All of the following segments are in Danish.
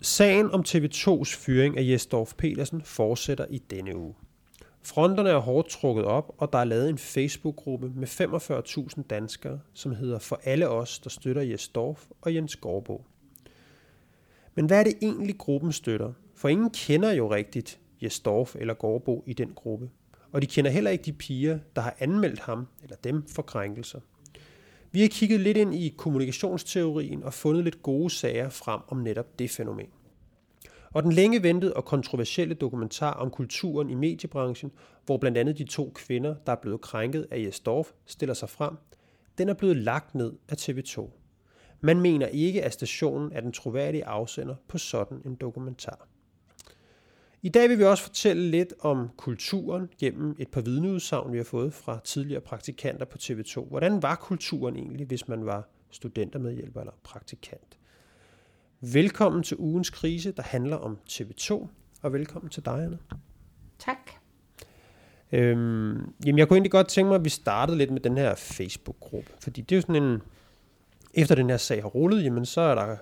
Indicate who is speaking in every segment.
Speaker 1: Sagen om TV2's fyring af Jes Dorph Petersen fortsætter i denne uge. Fronterne er hårdt trukket op, og der er lavet en Facebook-gruppe med 45.000 danskere, som hedder For alle os, der støtter Jes Dorph og Jens Skouboe. Men hvad er det egentlig, gruppen støtter? For ingen kender jo rigtigt Jes Dorph eller Skouboe i den gruppe. Og de kender heller ikke de piger, der har anmeldt ham eller dem for krænkelser. Vi har kigget lidt ind i kommunikationsteorien og fundet lidt gode sager frem om netop det fænomen. Og den længe ventede og kontroversielle dokumentar om kulturen i mediebranchen, hvor blandt andet de 2 kvinder, der er blevet krænket af Jes Dorph, stiller sig frem, den er blevet lagt ned af TV2. Man mener ikke, at stationen er den troværdige afsender på sådan en dokumentar. I dag vil vi også fortælle lidt om kulturen gennem et par vidneudsagn, vi har fået fra tidligere praktikanter på TV2. Hvordan var kulturen egentlig, hvis man var studentermedhjælper eller praktikant? Velkommen til ugens krise, der handler om TV2, og velkommen til dig, Anna.
Speaker 2: Tak.
Speaker 1: Jamen, jeg kunne egentlig godt tænke mig, at vi startede lidt med den her Facebook-gruppe, fordi det er jo sådan en, efter den her sag har rullet, jamen så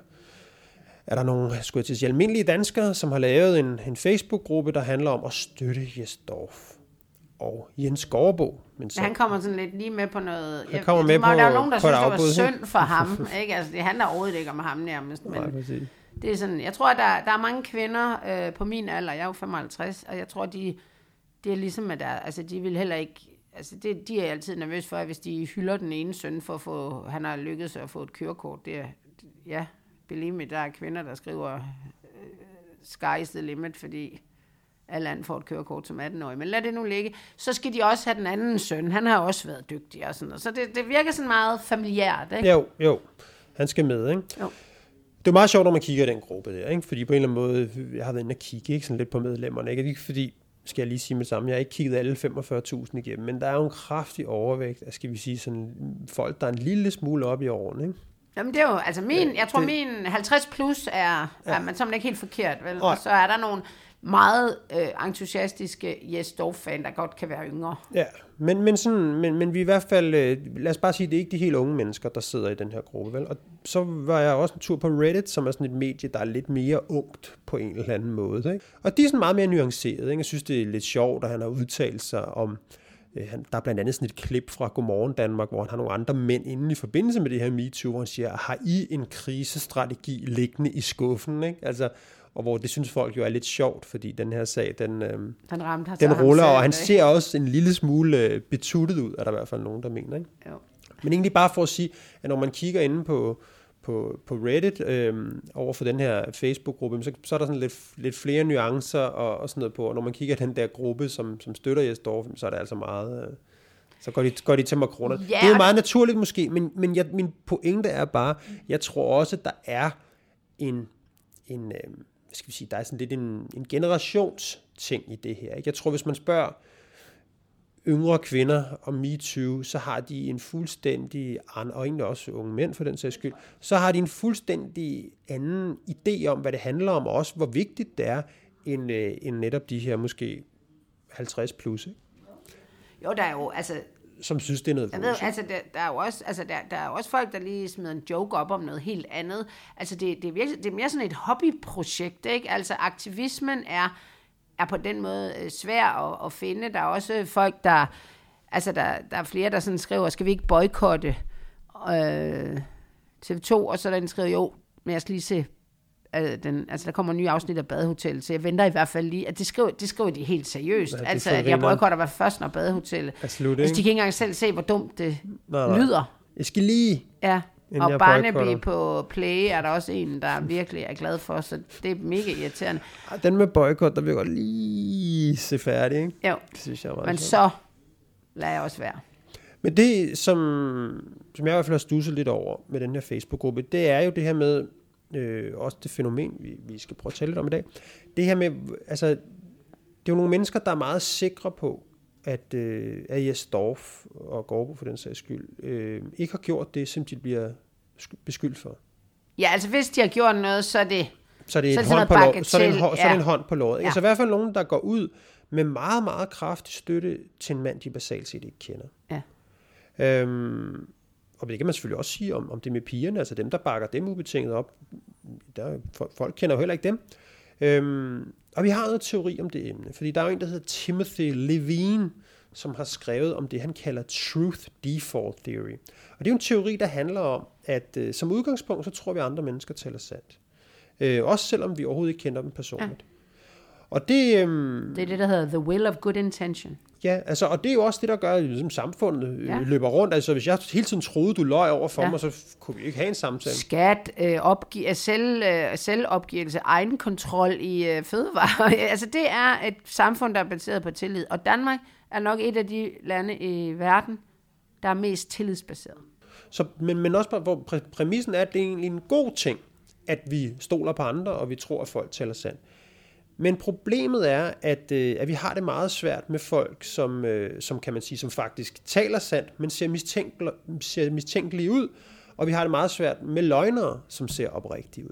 Speaker 1: er der nogle, skulle jeg til at sige, almindelige danskere, som har lavet en Facebook-gruppe, der handler om at støtte Jes Dorph og Jens Skouboe. Men
Speaker 2: han kommer sådan lidt lige med på noget.
Speaker 1: Han kommer med på
Speaker 2: der er nogen, der synes, det var synd for ham. Ikke? Altså, det handler overhovedet ikke om ham nærmest. Men det er sådan, jeg tror, at der er mange kvinder på min alder, jeg er jo 55, og jeg tror, det er ligesom, at altså, de vil heller ikke, altså de er altid nervøse for, at hvis de hylder den ene søn for at få, han har lykkedes at få et kørekort, det er, ja, believe me, der er kvinder, der skriver sky's the limit, fordi alle andre får et kørekort som 18-årig. Men lad det nu ligge. Så skal de også have den anden søn. Han har også været dygtig og sådan noget. Så det virker sådan meget familiært, ikke?
Speaker 1: Jo. Han skal med, ikke?
Speaker 2: Jo.
Speaker 1: Det er meget sjovt, når man kigger i den gruppe der, ikke? Fordi på en eller anden måde, jeg har været inde og kigge, ikke? Sådan lidt på medlemmerne, ikke? Ikke fordi, skal jeg lige sige med det samme, jeg har ikke kigget alle 45.000 igennem, men der er jo en kraftig overvægt af, skal vi sige, sådan folk, der er en lille smule op i årene, ikke?
Speaker 2: Jamen det er jo, altså jeg tror min 50 plus er man som ikke helt forkert, vel? Og så er der nogle meget entusiastiske Jes Dorph-fan, der godt kan være yngre.
Speaker 1: Ja, men vi i hvert fald, lad os bare sige, det er ikke de helt unge mennesker, der sidder i den her gruppe, vel? Og så var jeg også en tur på Reddit, som er sådan et medie, der er lidt mere ungt på en eller anden måde, ikke? Og de er sådan meget mere nuanceret, ikke? Jeg synes, det er lidt sjovt, at han har udtalt sig om, der er blandt andet sådan et klip fra Godmorgen Danmark, hvor han har nogle andre mænd inde i forbindelse med det her MeToo, hvor han siger, har I en krisestrategi liggende i skuffen, ikke? Altså, og hvor det synes folk jo er lidt sjovt, fordi den her sag, den ruller, og han ser også en lille smule betuttet ud, er der i hvert fald nogen, der mener, ikke?
Speaker 2: Jo.
Speaker 1: Men egentlig bare for at sige, at når man kigger inde på Reddit over for den her Facebook-gruppe, så er der sådan lidt flere nuancer og sådan noget på, og når man kigger den der gruppe, som støtter Jes Dorph, så er det altså meget, så går de til makroner. Yeah. Det er jo meget naturligt måske, men min pointe er bare, jeg tror også, at der er en skal vi sige, der er sådan lidt en generationsting i det her, ikke? Jeg tror, hvis man spørger yngre kvinder om MeToo, så har de en fuldstændig anden, og egentlig også unge mænd for den sags skyld, så har de en fuldstændig anden idé om, hvad det handler om, og også hvor vigtigt det er, end netop de her måske 50 plus, ikke?
Speaker 2: Jo, der er jo, altså
Speaker 1: som synes, det er noget
Speaker 2: ved, altså, der er jo også, altså, der er også folk, der lige smider en joke op om noget helt andet. Altså, det er mere sådan et hobbyprojekt, ikke? Altså, aktivismen er på den måde svær at finde. Der er også folk, der er flere, der sådan skriver, skal vi ikke boykotte TV2? Og så er der en skriver, jo, men jeg skal lige se, der kommer en ny afsnit af Badehotellet, så jeg venter i hvert fald lige, at det skriver de helt seriøst. Ja, altså, at jeg boykotter var først, når Badehotellet. Altså, de kan ikke engang selv se, hvor dumt det lyder.
Speaker 1: Jeg skal lige...
Speaker 2: Ja, og Barnaby på Play er der også en, der virkelig er glad for, så det er mega irriterende.
Speaker 1: Den med boykot, der vil jeg godt lige se færdig, ikke?
Speaker 2: Jo,
Speaker 1: det synes jeg
Speaker 2: men så lader jeg også være.
Speaker 1: Men det, som jeg i hvert fald har studset lidt over med den her Facebook-gruppe, det er jo det her med, også det fænomen, vi skal prøve at tale lidt om i dag. Det her med, altså, det er jo nogle mennesker, der er meget sikre på, at Jes Dorph og Skouboe for den sags skyld, ikke har gjort det, som de bliver beskyldt for.
Speaker 2: Ja, altså hvis de har gjort noget, så er det
Speaker 1: en hånd på låret. Ja. Altså i hvert fald nogen, der går ud med meget, meget kraftig støtte til en mand, de basalt set ikke kender.
Speaker 2: Ja.
Speaker 1: og det kan man selvfølgelig også sige om det med pigerne, altså dem, der bakker dem ubetinget op. Folk kender jo heller ikke dem. Og vi har noget teori om det emne, fordi der er jo en, der hedder Timothy Levine, som har skrevet om det, han kalder Truth Default Theory. Og det er jo en teori, der handler om, at som udgangspunkt, så tror vi, at andre mennesker taler sandt. Også selvom vi overhovedet ikke kender dem personligt. Ja. Og det er
Speaker 2: det, der hedder the will of good intention.
Speaker 1: Ja, altså, og det er jo også det, der gør, at ligesom samfundet løber rundt. Altså, hvis jeg hele tiden troede, du løj over for mig, så kunne vi ikke have en samtale.
Speaker 2: Skat, selvopgivelse, egenkontrol i fødevarer. Altså, det er et samfund, der er baseret på tillid. Og Danmark er nok et af de lande i verden, der er mest tillidsbaseret.
Speaker 1: Så, men også bare, hvor præmissen er, at det er egentlig en god ting, at vi stoler på andre, og vi tror, at folk taler sandt. Men problemet er, at vi har det meget svært med folk, som kan man sige, som faktisk taler sandt, men ser mistænkelige ud, og vi har det meget svært med løgnere, som ser oprigtige ud.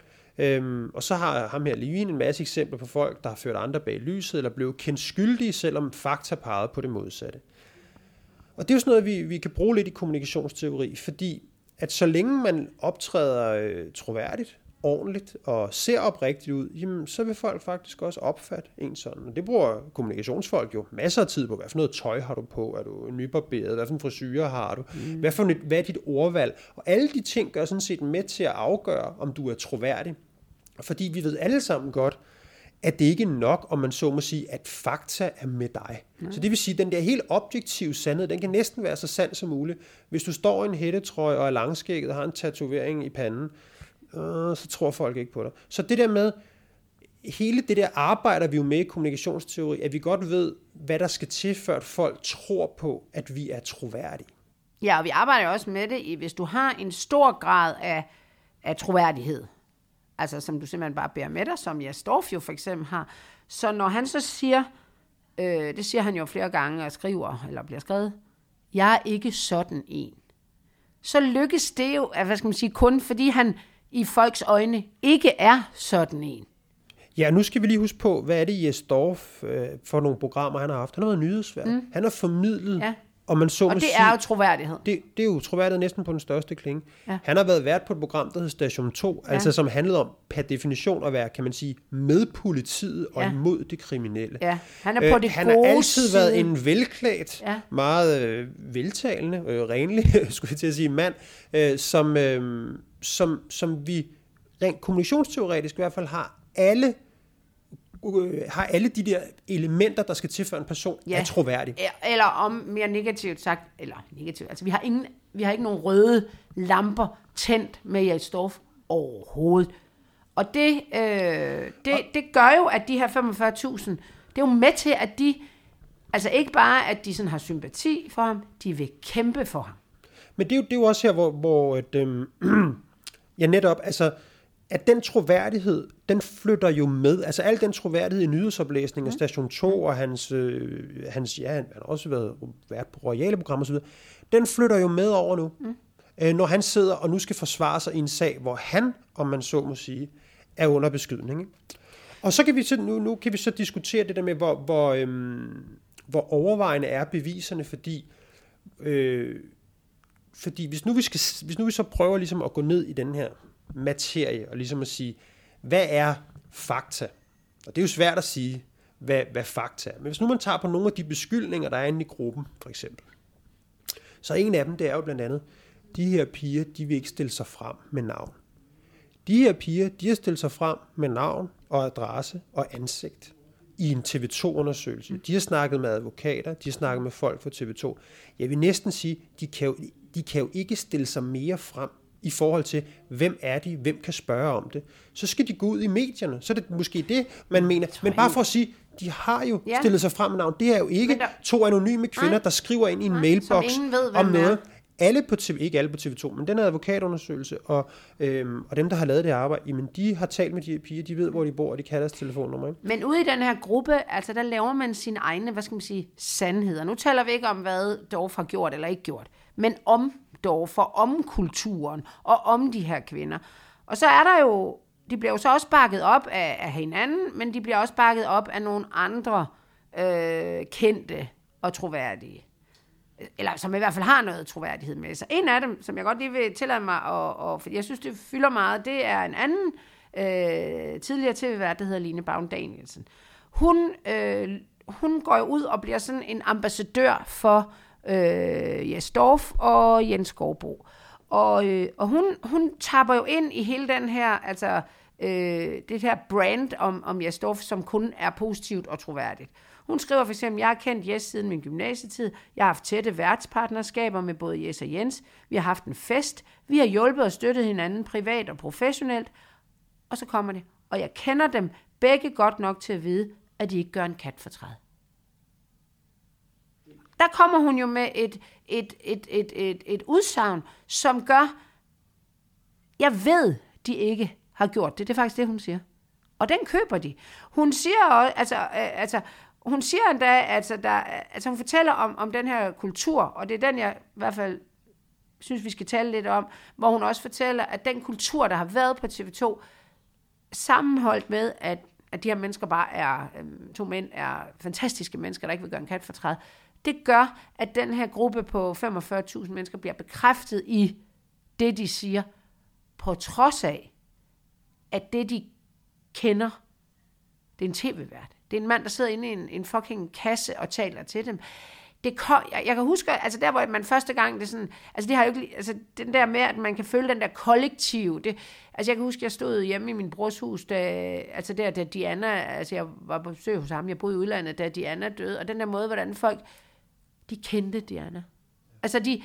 Speaker 1: Og så har ham her Levine en masse eksempler på folk, der har ført andre bag lyset, eller blev kendt skyldige, selvom fakta pegede på det modsatte. Og det er jo sådan noget, vi kan bruge lidt i kommunikationsteori, fordi at så længe man optræder troværdigt, ordentligt og ser oprigtigt ud, jamen, så vil folk faktisk også opfatte en sådan. Og det bruger kommunikationsfolk jo masser af tid på. Hvad for noget tøj har du på? Er du nybarberet? Hvad for en frisyre har du? Hvad er dit ordvalg? Og alle de ting gør sådan set med til at afgøre, om du er troværdig. Fordi vi ved alle sammen godt, at det ikke er nok, om man så må sige, at fakta er med dig. Så det vil sige, at den der helt objektive sandhed, den kan næsten være så sand som muligt. Hvis du står i en hættetrøje og er langskægget og har en tatovering i panden, så tror folk ikke på dig. Så det der med, hele det der arbejder vi jo med i kommunikationsteori, at vi godt ved, hvad der skal til, før folk tror på, at vi er troværdige.
Speaker 2: Ja, og vi arbejder også med det, hvis du har en stor grad af troværdighed, altså som du simpelthen bare bærer med dig, som Jes Dorph jo for eksempel har, så når han så siger, det siger han jo flere gange og skriver, eller bliver skrevet, jeg er ikke sådan en, så lykkes det jo, hvad skal man sige, kun fordi han i folks øjne ikke er sådan en.
Speaker 1: Ja, nu skal vi lige huske på, hvad er det Jes Dorph for nogle programmer, han har haft. Han har været nyhedsvært. Han har formidlet, og man så
Speaker 2: og det er jo troværdighed.
Speaker 1: Det er jo troværdighed næsten på den største klinge. Ja. Han har været vært på et program, der hedder Station 2, altså som handlede om per definition at være, kan man sige, med politiet og imod det kriminelle.
Speaker 2: Ja. Han er på det
Speaker 1: han har altid været en velklædt, meget veltalende, renlig, skulle jeg til at sige, mand, som vi rent kommunikationsteoretisk i hvert fald har alle de der elementer, der skal til for en person, er troværdig.
Speaker 2: Eller om mere negativt sagt, altså vi har ikke nogen røde lamper tændt med Jes Dorph overhovedet. Og det gør jo, at de her 45.000, det er jo med til, at de, altså ikke bare, at de sådan har sympati for ham, de vil kæmpe for ham.
Speaker 1: Men det er jo også her, hvor netop, altså, at den troværdighed, den flytter jo med. Altså al den troværdighed i nyhedsoplæsning af Station 2 og hans han har også været på royale programmer og så videre, den flytter jo med over nu. Når han sidder og nu skal forsvare sig i en sag, hvor han, om man så må sige, er under beskydning. Ikke? Og så kan vi så, nu kan vi så diskutere det der med, hvor overvejende er beviserne, fordi hvis nu vi så prøver ligesom at gå ned i den her materie, og ligesom at sige, hvad er fakta? Og det er jo svært at sige, hvad fakta er. Men hvis nu man tager på nogle af de beskyldninger, der er inde i gruppen, for eksempel, så en af dem, det er jo blandt andet, de her piger, de vil ikke stille sig frem med navn. De her piger, de har stillet sig frem med navn og adresse og ansigt i en TV2-undersøgelse. De har snakket med advokater, de har snakket med folk fra TV2. Jeg vil næsten sige, de kan jo ikke stille sig mere frem i forhold til, hvem er de, hvem kan spørge om det. Så skal de gå ud i medierne. Så er det måske det, man mener. Men bare for at sige, de har jo stillet sig frem med navn. Det er jo ikke to anonyme kvinder, der skriver ind i en mailbox om noget. Ikke alle på TV2, men den her advokatundersøgelse, og dem, der har lavet det arbejde, jamen, de har talt med de her piger, de ved, hvor de bor, og de kan deres telefonnummer. Ikke?
Speaker 2: Men ude i den her gruppe, altså der laver man sine egne, hvad skal man sige, sandheder. Nu taler vi ikke om, hvad Dorph har gjort eller ikke gjort, men om Dorph, om kulturen, og om de her kvinder. Og så er der jo, de bliver jo så også bakket op af hinanden, men de bliver også bakket op af nogle andre kendte og troværdige. eller som i hvert fald har noget troværdighed med sig. En af dem, som jeg godt lige vil tillade mig, for jeg synes, det fylder meget, det er en anden tidligere tv-vært, der hedder Line Baun Danielsen. Hun går jo ud og bliver sådan en ambassadør for Jes Dorph og Jens Skovbo. Og hun tapper jo ind i hele den her, altså det her brand om Jes Dorph, som kun er positivt og troværdigt. Hun skriver for eksempel, jeg har kendt Jes siden min gymnasietid. Jeg har haft tætte værtspartnerskaber med både Jes og Jens. Vi har haft en fest. Vi har hjulpet og støttet hinanden privat og professionelt. Og så kommer det. Og jeg kender dem begge godt nok til at vide, at de ikke gør en kat fortræd. Der kommer hun jo med et udsagn, som gør, jeg ved, de ikke har gjort det. Det er faktisk det, hun siger. Og den køber de. Hun siger også, hun siger endda, hun fortæller om den her kultur, og det er den, jeg i hvert fald synes, vi skal tale lidt om, hvor hun også fortæller, at den kultur, der har været på TV2, sammenholdt med, at de her mennesker bare er, 2 mænd er fantastiske mennesker, der ikke vil gøre en kat fortræd, det gør, at den her gruppe på 45.000 mennesker bliver bekræftet i det, de siger, på trods af, at det, de kender, det er en tv-vært. Det er en mand, der sidder inde i en fucking kasse og taler til dem. Jeg kan huske, altså der, hvor man første gang, det er sådan, altså det har jo ikke, altså den der med, at man kan føle den der kollektiv, det, altså jeg kan huske, jeg stod hjemme i min brors hus, da Diana, altså jeg var på besøg hos ham, jeg boede i udlandet, da Diana døde, og den der måde, hvordan folk, de kendte Diana. Altså de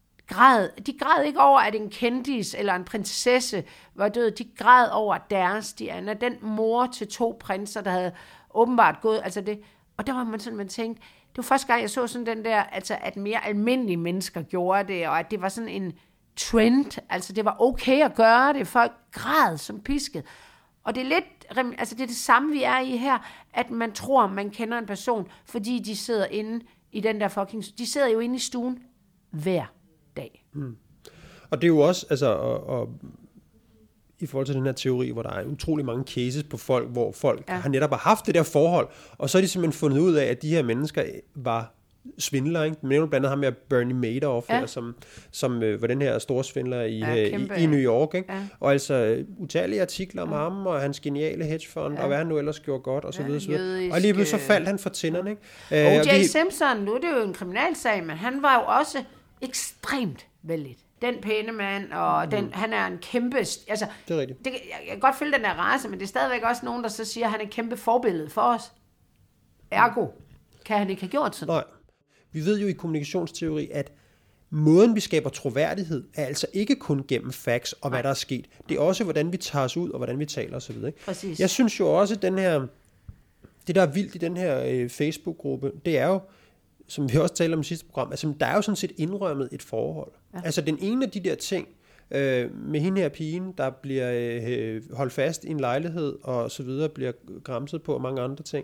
Speaker 2: græd ikke over, at en kendis eller en prinsesse var død. De græd over deres Diana. Den mor til 2 prinser, der havde åbenbart gået. Altså det, og der var man sådan, man tænkte, det var første gang, jeg så sådan den der, altså at mere almindelige mennesker gjorde det, og at det var sådan en trend. Altså det var okay at gøre det. Folk græd som pisket. Og det er lidt, altså det er det samme, vi er i her, at man tror, man kender en person, fordi de sidder inde i den der fucking, de sidder jo inde i stuen hver dag.
Speaker 1: Og det er jo også, altså, og i forhold til den her teori, hvor der er utrolig mange cases på folk, hvor folk har netop haft det der forhold, og så er de simpelthen fundet ud af, at de her mennesker var svindlere, ikke? Men blandt andet ham med Bernie Madoff, her, som var den her store svindler i New York, ikke? Ja. Og altså utallige artikler om ham, og hans geniale hedgefond, og hvad han nu ellers gjorde godt, og så videre, så videre. Og alligevel så faldt han for tænderne, ikke?
Speaker 2: O.J. Simpson, nu er det jo en kriminalsag, men han var jo også ekstremt vældigt. Den pæne mand, og han er en kæmpe, altså,
Speaker 1: det er rigtigt.
Speaker 2: Jeg kan godt følge den der race, men det er stadigvæk også nogen, der så siger, at han er et kæmpe forbillede for os. Ergo kan han ikke have gjort sådan.
Speaker 1: Nej. Vi ved jo i kommunikationsteori, at måden, vi skaber troværdighed, er altså ikke kun gennem facts og hvad der er sket. Det er også, hvordan vi tager os ud, og hvordan vi taler osv.
Speaker 2: Præcis.
Speaker 1: Jeg synes jo også, at det der er vildt i den her Facebook-gruppe, det er jo, som vi også talte om i sidste program, altså der er jo sådan set indrømmet et forhold. Ja. Altså den ene af de der ting, med hende her pigen, der bliver holdt fast i en lejlighed, og så videre, bliver gramset på, og mange andre ting,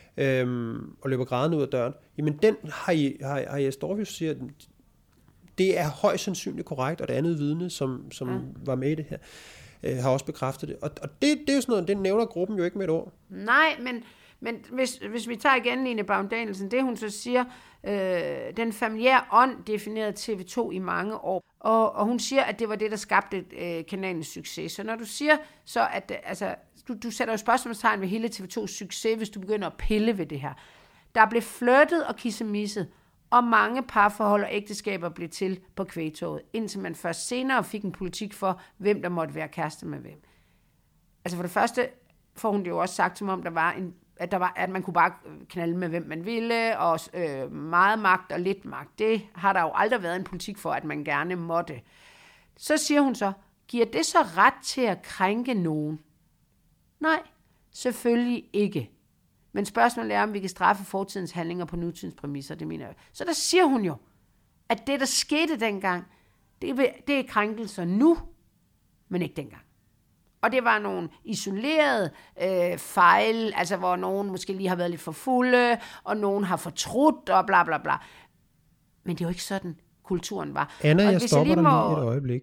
Speaker 1: og løber grædende ud af døren, jamen den har Jes Dorph siger, det er højst sandsynligt korrekt, og det andet vidne, som var med i det her, har også bekræftet det. Og det er jo sådan noget, det nævner gruppen jo ikke med et ord.
Speaker 2: Nej, men hvis vi tager igen Line Baun Danielsen, det hun så siger, den familiære ånd definerede TV2 i mange år, og hun siger, at det var det, der skabte kanalens succes. Så når du siger så, at altså, du sætter jo spørgsmålstegn ved hele TV2's succes, hvis du begynder at pille ved det her. Der blev flirtet og kissemisset, og mange parforhold og ægteskaber blev til på kvægtoget, indtil man først senere fik en politik for, hvem der måtte være kæreste med hvem. Altså for det første får hun det jo også sagt, som om at man kunne bare knalde med, hvem man ville, og meget magt og lidt magt. Det har der jo aldrig været en politik for, at man gerne måtte. Så siger hun så, giver det så ret til at krænke nogen? Nej, selvfølgelig ikke. Men spørgsmålet er, om vi kan straffe fortidens handlinger på nutidens præmisser, det mener jeg. Så der siger hun jo, at det, der skete dengang, det er krænkelser nu, men ikke dengang. Og det var nogle isolerede fejl, altså hvor nogen måske lige har været lidt for fulde, og nogen har fortrudt, og bla bla bla. Men det er jo ikke sådan, kulturen var.
Speaker 1: Anna, jeg stopper dig lige et øjeblik.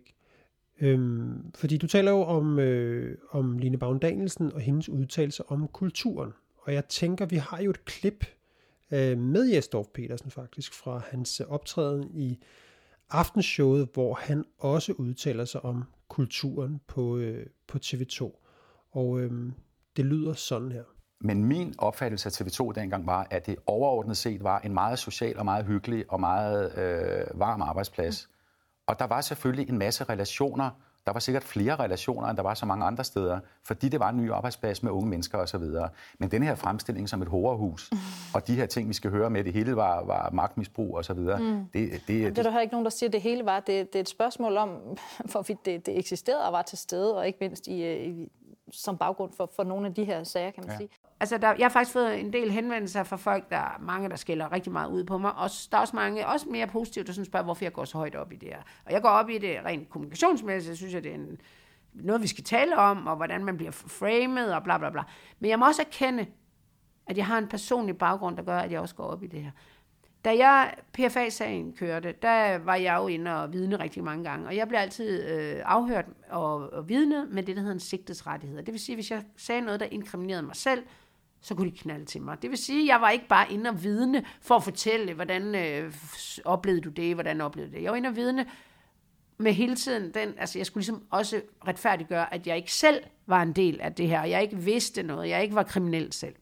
Speaker 1: Fordi du taler jo om Line Baun Danielsen og hendes udtalelser om kulturen. Og jeg tænker, vi har jo et klip med Jes Dorph Petersen faktisk, fra hans optræden i Aftenshowet, hvor han også udtaler sig om kulturen på TV2. Og det lyder sådan her.
Speaker 3: Men min opfattelse af TV2 dengang var, at det overordnet set var en meget social og meget hyggelig og meget varm arbejdsplads. Og der var selvfølgelig en masse relationer. Der var sikkert flere relationer, end der var så mange andre steder, fordi det var en ny arbejdsplads med unge mennesker osv. Men den her fremstilling som et horehus, og de her ting, vi skal høre med, det hele var magtmisbrug osv. Det er
Speaker 4: der ikke nogen, der siger, at det hele var. Det er et spørgsmål om, hvorvidt det eksisterede og var til stede, og ikke mindst som baggrund for nogle af de her sager, kan man sige.
Speaker 2: Altså, jeg har faktisk fået en del henvendelser fra folk, der er mange, der skælder rigtig meget ud på mig. Og der er også mange, også mere positivt, der spørger, hvorfor jeg går så højt op i det her. Og jeg går op i det rent kommunikationsmæssigt. Jeg synes, at det er noget, vi skal tale om, og hvordan man bliver framet, og bla bla bla. Men jeg må også erkende, at jeg har en personlig baggrund, der gør, at jeg også går op i det her. Da PFA-sagen kørte, der var jeg jo inde og vidne rigtig mange gange, og jeg blev altid afhørt og vidnet med det, der hedder en sigtesrettighed. Det vil sige, hvis jeg sagde noget, der inkriminerede mig selv, så kunne de knalde til mig. Det vil sige, at jeg var ikke bare inde og vidne for at fortælle, hvordan oplevede du det, hvordan oplevede du det. Jeg var inde og vidne med hele tiden, jeg skulle ligesom også retfærdiggøre, at jeg ikke selv var en del af det her, og jeg ikke vidste noget, jeg ikke var kriminel selv.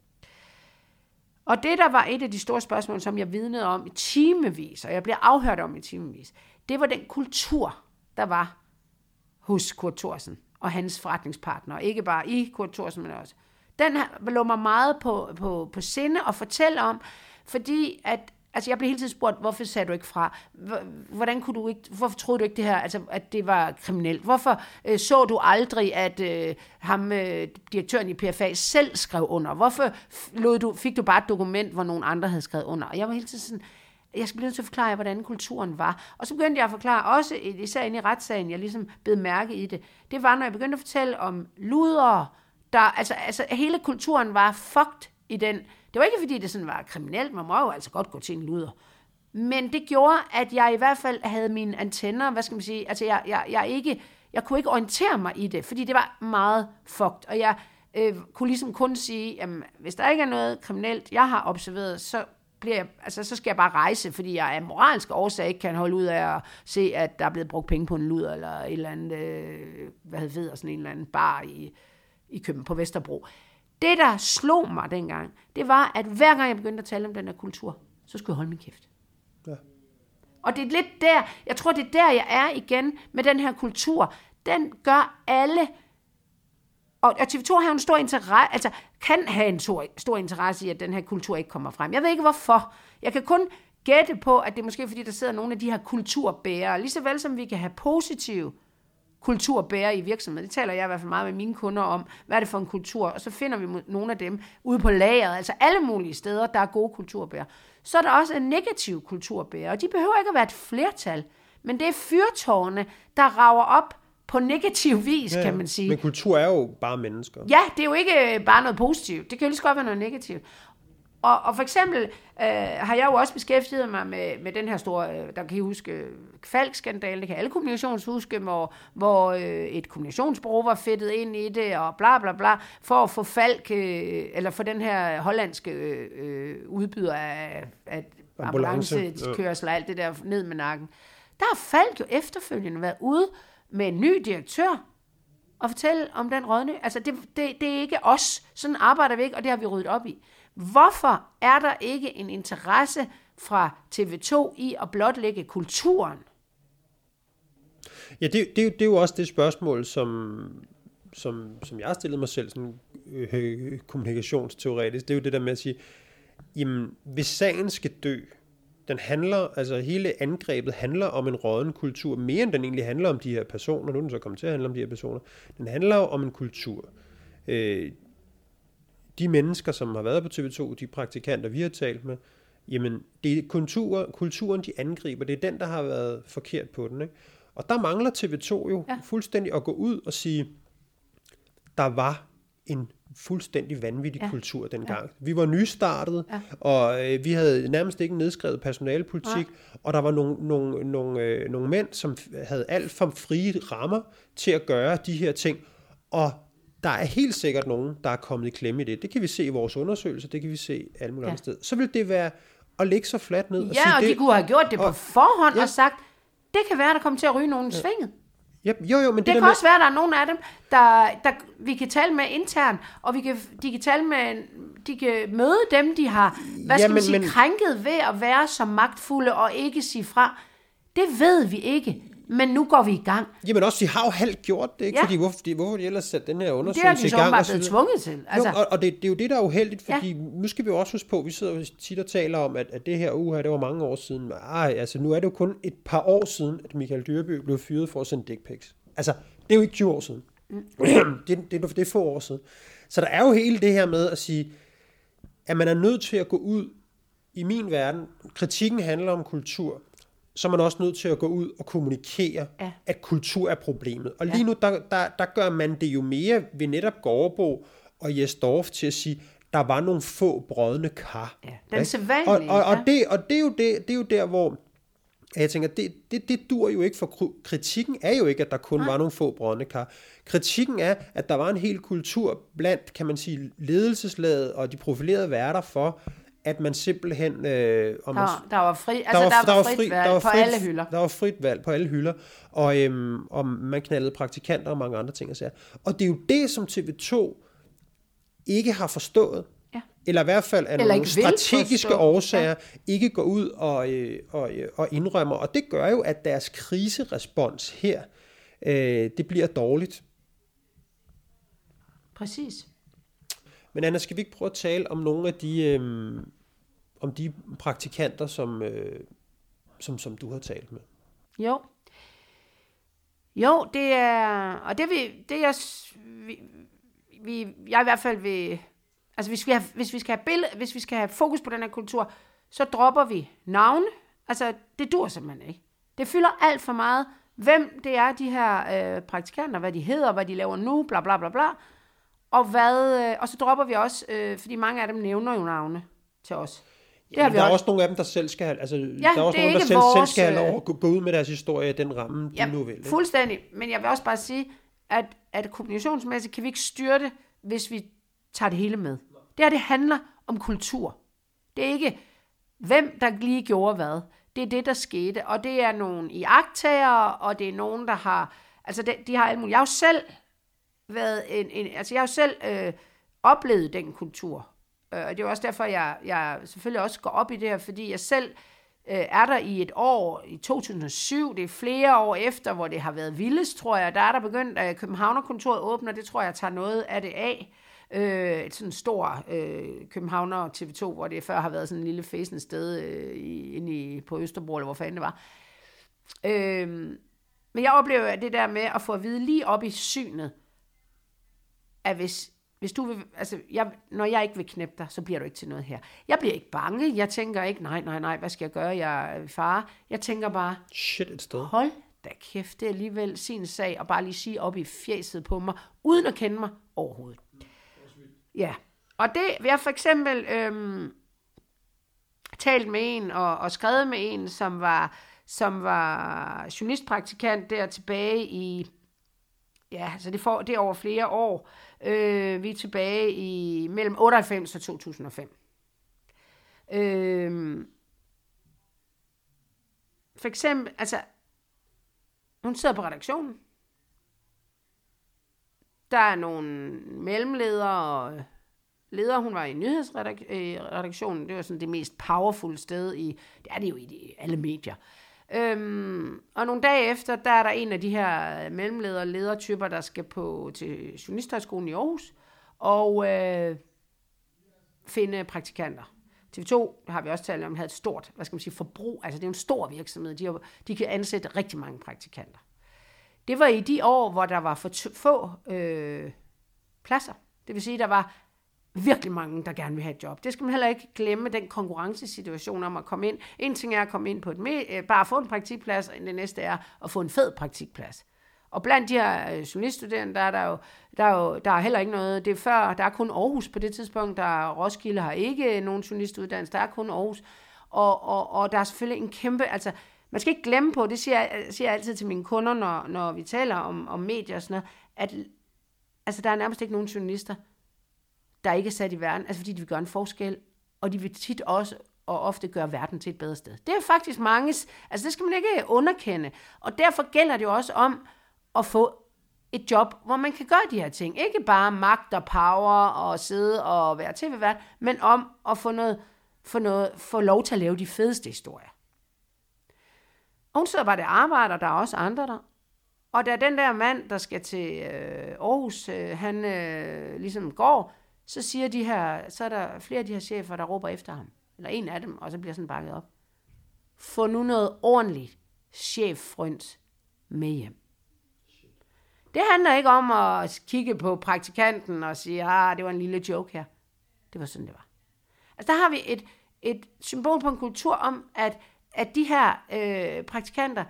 Speaker 2: Og det, der var et af de store spørgsmål, som jeg vidnede om i timevis, og jeg blev afhørt om i timevis, det var den kultur, der var hos Kurt Thorsen og hans forretningspartner. Ikke bare i Kurt Thorsen, men også. Den lå mig meget på sinde at fortælle om, fordi jeg blev hele tiden spurgt, hvorfor sagde du ikke fra? Hvorfor troede du ikke det her, at det var kriminelt? Hvorfor så du aldrig, at direktøren i PFA selv skrev under? Hvorfor fik du bare et dokument, hvor nogen andre havde skrevet under? Og jeg var hele tiden sådan, jeg skal blive nødt til at forklare, hvordan kulturen var. Og så begyndte jeg at forklare, også især inde i retssagen, jeg ligesom bed mærke i det. Det var, når jeg begyndte at fortælle om ludere, der, altså hele kulturen var fucked i den. Det var ikke, fordi det sådan var kriminelt, man må jo altså godt gå til en luder. Men det gjorde, at jeg i hvert fald havde mine antenner, hvad skal man sige, altså jeg kunne ikke orientere mig i det, fordi det var meget fucked. Og jeg kunne ligesom kun sige, jamen, hvis der ikke er noget kriminelt, jeg har observeret, så skal jeg bare rejse, fordi jeg af moralske årsager ikke kan holde ud af at se, at der er blevet brugt penge på en luder, eller et eller andet, sådan en eller anden bar i København på Vesterbro. Det, der slog mig dengang, det var, at hver gang jeg begyndte at tale om den her kultur, så skulle jeg holde min kæft. Ja. Og det er lidt der, jeg tror, det er der, jeg er igen med den her kultur. Den gør alle, og TV2 har en stor interesse, kan have en stor interesse i, at den her kultur ikke kommer frem. Jeg ved ikke, hvorfor. Jeg kan kun gætte på, at det er måske, fordi der sidder nogle af de her kulturbærere, lige så vel som vi kan have positive kulturbærer i virksomheden. Det taler jeg i hvert fald meget med mine kunder om. Hvad er det for en kultur? Og så finder vi nogle af dem ude på lageret, altså alle mulige steder, der er gode kulturbærer. Så er der også en negativ kulturbærer, og de behøver ikke at være et flertal, men det er fyrtårne, der rager op på negativ vis, kan man sige.
Speaker 1: Men kultur er jo bare mennesker.
Speaker 2: Ja, det er jo ikke bare noget positivt. Det kan jo lige så godt være noget negativt. Og for eksempel har jeg jo også beskæftiget mig med den her store, der kan I huske, Falck-skandale, det kan alle kommunikationshuske, hvor et kommunikationsbureau var fedtet ind i det, og bla bla bla, for at få Falck, eller for den her hollandske udbyder af ambulancekørsel og alt det der ned med nakken. Der har Falck jo efterfølgende været ude med en ny direktør, og fortælle om den rådne. Altså, det er ikke os. Sådan arbejder vi ikke, og det har vi ryddet op i. Hvorfor er der ikke en interesse fra TV2 i at blotlægge kulturen?
Speaker 1: Ja, det er jo også det spørgsmål, som jeg har stillet mig selv, sådan kommunikationsteoretisk. Det er jo det der med at sige, jamen, hvis sagen skal dø, den handler, altså hele angrebet handler om en rådden kultur, mere end den egentlig handler om de her personer. Nu er den så kommet til at handle om de her personer. Den handler jo om en kultur. De mennesker, som har været på TV2, de praktikanter, vi har talt med, jamen, det er kulturen, de angriber. Det er den, der har været forkert på den, ikke? Og der mangler TV2 jo fuldstændig at gå ud og sige, der var en fuldstændig vanvittig kultur dengang. Ja. Vi var nystartet, og vi havde nærmest ikke nedskrevet personalepolitik, og der var nogle mænd, som havde alt for frie rammer til at gøre de her ting, og der er helt sikkert nogen, der er kommet i klemme i det. Det kan vi se i vores undersøgelser, det kan vi se alle mulige andre steder. Så vil det være at lægge sig fladt ned og sige
Speaker 2: og
Speaker 1: det.
Speaker 2: de kunne have gjort det på forhånd og sagt, det kan være, der kommer til at ryge nogen i svinget.
Speaker 1: Jo, men
Speaker 2: det kan også være, at der er nogle af dem, der vi kan tale med internt, og de kan tale med, de kan møde dem, de har krænket ved at være så magtfulde og ikke sige fra. Det ved vi ikke, men nu går vi i gang.
Speaker 1: Jamen også, de har jo halvt gjort det, ikke? Fordi hvorfor de ellers sætte den her undersøgelse i gang?
Speaker 2: Det har de så bare blevet tvunget til.
Speaker 1: Altså. Jo, og det er jo det, der er uheldigt, fordi nu skal vi jo også huske på, vi sidder tit og taler om, at det her det var mange år siden. Altså nu er det jo kun et par år siden, at Michael Dyrby blev fyret for at sende dick pics. Altså, det er jo ikke 20 år siden. Det er få år siden. Så der er jo hele det her med at sige, at man er nødt til at gå ud i min verden. Kritikken handler om kultur. Så er man også nødt til at gå ud og kommunikere, at kultur er problemet. Og lige nu, der gør man det jo mere ved netop Gårdbo og Jes Dorph til at sige, der var nogle få brodne kar.
Speaker 2: Ja, den sædvanlige.
Speaker 1: Og det er jo der, hvor jeg tænker, det dur jo ikke, for kritikken er jo ikke, at der kun var nogle få brodne kar. Kritikken er, at der var en hel kultur blandt, kan man sige, ledelseslaget og de profilerede værter for, at man simpelthen... der
Speaker 2: var frit valg på alle hylder.
Speaker 1: Der var frit valg på alle hylder, og man knaldede praktikanter og mange andre ting. Og det er jo det, som TV2 ikke har forstået, eller i hvert fald af nogle strategiske årsager, ikke går ud og indrømmer. Og det gør jo, at deres kriserespons her, det bliver dårligt.
Speaker 2: Præcis.
Speaker 1: Men Anna, skal vi ikke prøve at tale om nogle af de praktikanter, som du har talt med?
Speaker 2: Jo, det er, og jeg i hvert fald vil, altså hvis vi skal have fokus på den her kultur, så dropper vi navne. Altså det dur simpelthen ikke. Det fylder alt for meget, hvem det er, de her praktikanter, hvad de hedder, hvad de laver nu, bla bla bla bla. Og så dropper vi også, fordi mange af dem nævner jo navne til os.
Speaker 1: Der er også nogle af dem, der selv skal have, der er også nogle, der selv skal have lov at gå ud med deres historie, den ramme, de nu vil. Ikke?
Speaker 2: Fuldstændig, men jeg vil også bare sige, at kommunikationsmæssigt kan vi ikke styre det, hvis vi tager det hele med. Det handler om kultur. Det er ikke, hvem der lige gjorde hvad. Det er det, der skete, og det er nogle iagttagere, og det er nogen, der har, altså de har alt muligt. Jeg har jo selv været oplevet den kultur. Og det er også derfor, jeg selvfølgelig også går op i det her, fordi jeg selv er der i et år, i 2007, det er flere år efter, hvor det har været vildest, tror jeg. Der er der begyndt, at Københavnerkontoret åbner, det tror jeg tager noget af det af. Et sådan stor Københavner TV2, hvor det før har været sådan en lille fæsende sted inde på Østerbro, eller hvor fanden det var. Men jeg oplever det der med at få at vide lige op i synet, at hvis du vil, altså når jeg ikke vil knæppe dig, så bliver du ikke til noget her. Jeg bliver ikke bange, jeg tænker ikke, nej, hvad skal jeg gøre, jeg er fare. Jeg tænker bare,
Speaker 1: shit et sted.
Speaker 2: Hold da kæft, det er alligevel sin sag, og bare lige sige op i fjeset på mig, uden at kende mig overhovedet. Ja, og det vil jeg for eksempel talt med en, og skrevet med en, som var journalistpraktikant der tilbage i, ja, så det er over flere år. Vi er tilbage i mellem 98 og 2005. For eksempel, altså, hun sidder på redaktionen. Der er nogle mellemledere og ledere. Hun var i nyhedsredaktionen. Det var sådan det mest powerful sted det er det jo i alle medier. Og nogle dage efter, der er der en af de her mellemledere og ledertyper, der skal til Journalisthøjskolen i Aarhus og finde praktikanter. TV2, har vi også talt om, havde et stort, forbrug. Altså det er en stor virksomhed. De kan ansætte rigtig mange praktikanter. Det var i de år, hvor der var for få pladser. Det vil sige, der var virkelig mange, der gerne vil have et job. Det skal man heller ikke glemme, den konkurrencesituation om at komme ind. En ting er at komme ind på bare at få en praktikplads, og det næste er at få en fed praktikplads. Og blandt de her journaliststuderende, der er heller ikke noget. Det er før, der er kun Aarhus på det tidspunkt. Roskilde har ikke nogen journalistuddannelse, der er kun Aarhus. Og der er selvfølgelig en kæmpe, altså man skal ikke glemme på, det siger jeg altid til mine kunder, når vi taler om medier og sådan noget, Altså, der er nærmest ikke nogen journalister, der ikke er sat i verden, altså fordi de vil gøre en forskel, og de vil tit også og ofte gøre verden til et bedre sted. Det er faktisk manges, altså det skal man ikke underkende, og derfor gælder det jo også om at få et job, hvor man kan gøre de her ting. Ikke bare magt og power og sidde og være tv-vært, men om at få lov til at lave de fedeste historier. Og hun sidder bare der og arbejder, der er også andre der. Og da den der mand, der skal til Aarhus, han ligesom går, så er der flere af de her chefer, der råber efter ham. Eller en af dem, og så bliver sådan bakket op. Få nu noget ordentligt cheffrønt med hjem. Det handler ikke om at kigge på praktikanten og sige, det var en lille joke her. Det var sådan, det var. Altså der har vi et symbol på en kultur om, at de her praktikanter,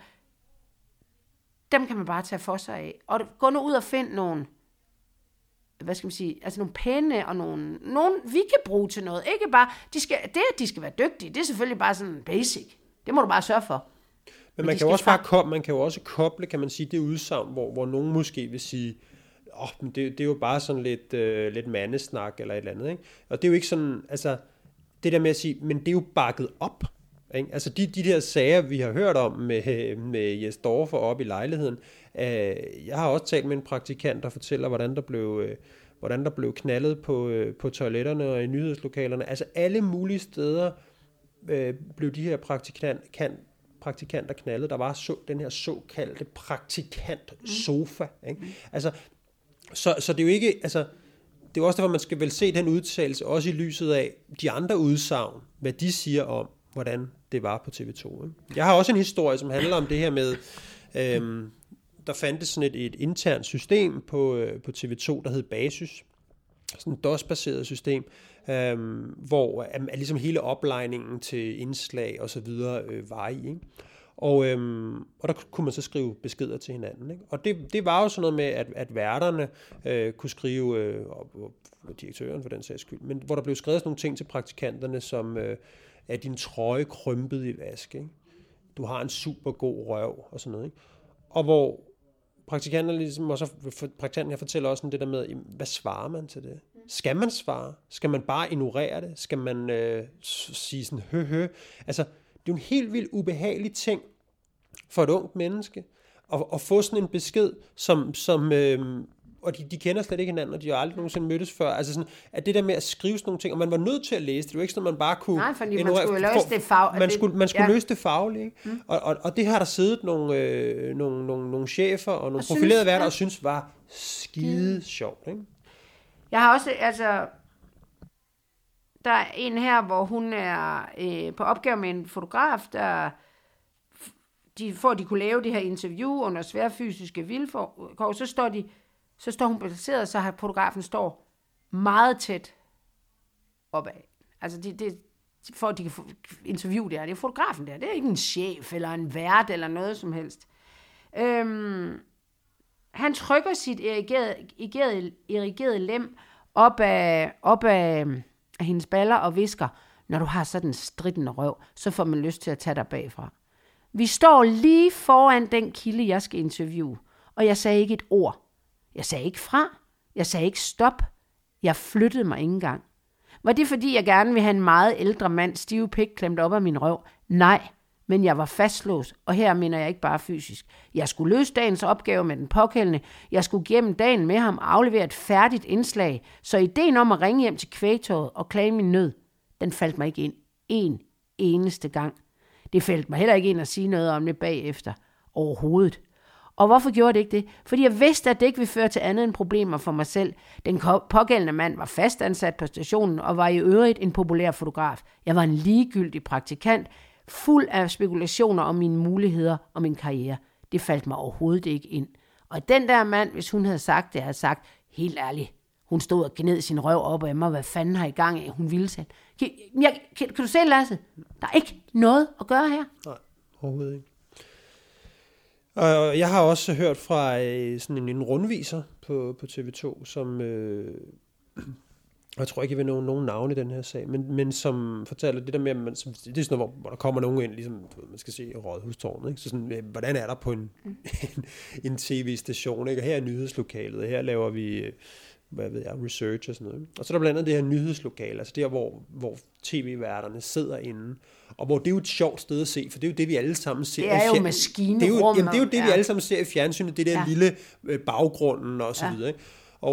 Speaker 2: dem kan man bare tage for sig af. Og gå nu ud og find nogle, hvad skal man sige, altså nogle pæne og nogle vi kan bruge til noget. Ikke bare, de skal være dygtige, det er selvfølgelig bare sådan basic. Det må du bare sørge for.
Speaker 1: Men man kan jo også koble, kan man sige, det udsagn, hvor nogen måske vil sige, men det er jo bare sådan lidt mandesnak eller et eller andet, ikke? Og det er jo ikke sådan, altså det der med at sige, men det er jo bakket op. Ikke? Altså de der sager, vi har hørt om med Jes Dorpher op i lejligheden. Jeg har også talt med en praktikant, der fortæller, hvordan der blev knaldet på toiletterne og i nyhedslokalerne. Altså alle mulige steder blev de her praktikanter knaldet. Der var den her såkaldte praktikant-sofa. Ikke? Altså, så det er jo ikke... Altså, det er også derfor, man skal vel se den udtalelse, også i lyset af de andre udsagn, hvad de siger om, hvordan det var på TV2. Ikke? Jeg har også en historie, som handler om det her med, der fandtes sådan et internt system på TV2, der hed Basis. Sådan et DOS-baseret system, hvor ligesom hele oplejningen til indslag og så videre var i. Ikke? Og der kunne man så skrive beskeder til hinanden. Ikke? Og det var jo sådan noget med, at værterne kunne skrive, og direktøren for den sags skyld, men hvor der blev skrevet sådan nogle ting til praktikanterne, som er din trøje krympet i vask. Ikke? Du har en super god røv og sådan noget. Ikke? Og hvor praktikanterne ligesom, og så praktikanten her fortæller også sådan det der med, hvad svarer man til det? Skal man svare? Skal man bare ignorere det? Skal man sige sådan hø? Altså, det er jo en helt vildt ubehagelig ting for et ungt menneske at få sådan en besked, som og de kender slet ikke hinanden, og de har aldrig nogensinde mødtes før. Altså sådan, at det der med at skrive sådan nogle ting, og man var nødt til at læse det. Det var ikke sådan, at man bare kunne...
Speaker 2: Nej, fordi man skulle løse det fagligt.
Speaker 1: Man skulle løse det fagligt, ikke? Mm. Og det har der siddet nogle chefer og nogle profilerede værter, og synes var skide sjovt, ikke?
Speaker 2: Jeg har også, altså... Der er en her, hvor hun er på opgave med en fotograf, der... For at de kunne lave det her interview under svære fysiske vilkår, så står hun placeret, så har fotografen står meget tæt opad. Altså, for at de kan interviewe det her. Det er fotografen der. Det er ikke en chef, eller en vært, eller noget som helst. Han trykker sit erigerede lem op af hendes baller og visker, når du har sådan en stridende røv, så får man lyst til at tage dig bagfra. Vi står lige foran den kilde, jeg skal interviewe, og jeg sagde ikke et ord. Jeg sagde ikke fra. Jeg sagde ikke stop. Jeg flyttede mig ikke engang. Var det fordi, jeg gerne ville have en meget ældre mand stive pik klemt op af min røv? Nej, men jeg var fastlåst, og her mener jeg ikke bare fysisk. Jeg skulle løse dagens opgave med den pågældende. Jeg skulle gennem dagen med ham aflevere et færdigt indslag, så ideen om at ringe hjem til Kvægtorvet og klage min nød, den faldt mig ikke ind en eneste gang. Det faldt mig heller ikke ind at sige noget om det bagefter. Overhovedet. Og hvorfor gjorde det ikke det? Fordi jeg vidste, at det ikke ville føre til andet end problemer for mig selv. Den pågældende mand var fastansat på stationen og var i øvrigt en populær fotograf. Jeg var en ligegyldig praktikant, fuld af spekulationer om mine muligheder og min karriere. Det faldt mig overhovedet ikke ind. Og den der mand, hvis hun havde sagt det, havde sagt, helt ærligt, hun stod og gned sin røv op af mig, hvad fanden har i gang af, hun ville selv. Kan du se, Lasse? Der er ikke noget at gøre her.
Speaker 1: Nej, overhovedet ikke. Og jeg har også hørt fra sådan en rundviser på TV2, som jeg tror ikke, jeg vil nå nogen navn i den her sag, men som fortæller det der med, det er sådan noget, hvor der kommer nogen ind, ligesom man skal se Rådhustårnet, ikke? Så sådan, hvordan er der på en tv-station, ikke? Og her er nyhedslokalet, og her laver vi, research og sådan noget. Og så er der blandt andet det her nyhedslokale, altså der, hvor tv-værterne sidder inde, og hvor det er jo et sjovt sted at se, for det er jo det, vi alle sammen ser.
Speaker 2: Det er jo maskinerum.
Speaker 1: Det er jo det, vi alle sammen ser i fjernsynet, det der lille baggrunden og så videre, ikke?